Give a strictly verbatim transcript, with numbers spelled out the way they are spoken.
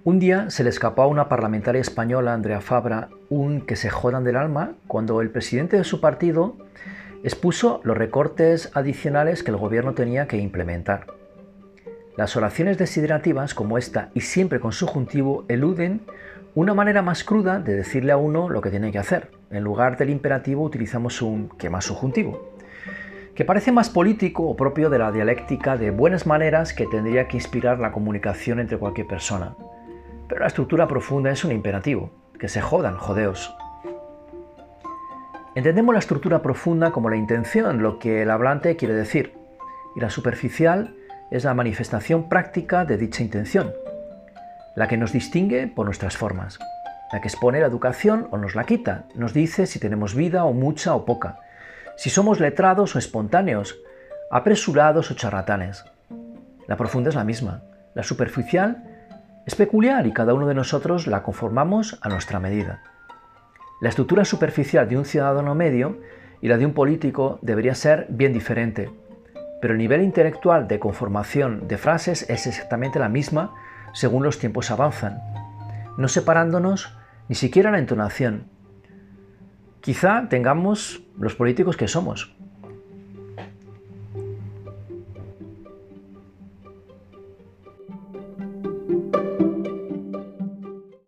Un día se le escapó a una parlamentaria española, Andrea Fabra, un que se jodan del alma cuando el presidente de su partido expuso los recortes adicionales que el gobierno tenía que implementar. Las oraciones desiderativas como esta, y siempre con subjuntivo, eluden una manera más cruda de decirle a uno lo que tiene que hacer. En lugar del imperativo utilizamos un que más subjuntivo, que parece más político o propio de la dialéctica de buenas maneras que tendría que inspirar la comunicación entre cualquier persona. Pero la estructura profunda es un imperativo. Que se jodan, jodeos. Entendemos la estructura profunda como la intención, lo que el hablante quiere decir, y la superficial es la manifestación práctica de dicha intención, la que nos distingue por nuestras formas, la que expone la educación o nos la quita, nos dice si tenemos vida o mucha o poca, si somos letrados o espontáneos, apresurados o charlatanes. La profunda es la misma, la superficial es peculiar y cada uno de nosotros la conformamos a nuestra medida. La estructura superficial de un ciudadano medio y la de un político debería ser bien diferente, pero el nivel intelectual de conformación de frases es exactamente la misma según los tiempos avanzan, no separándonos ni siquiera la entonación. Quizá tengamos los políticos que somos,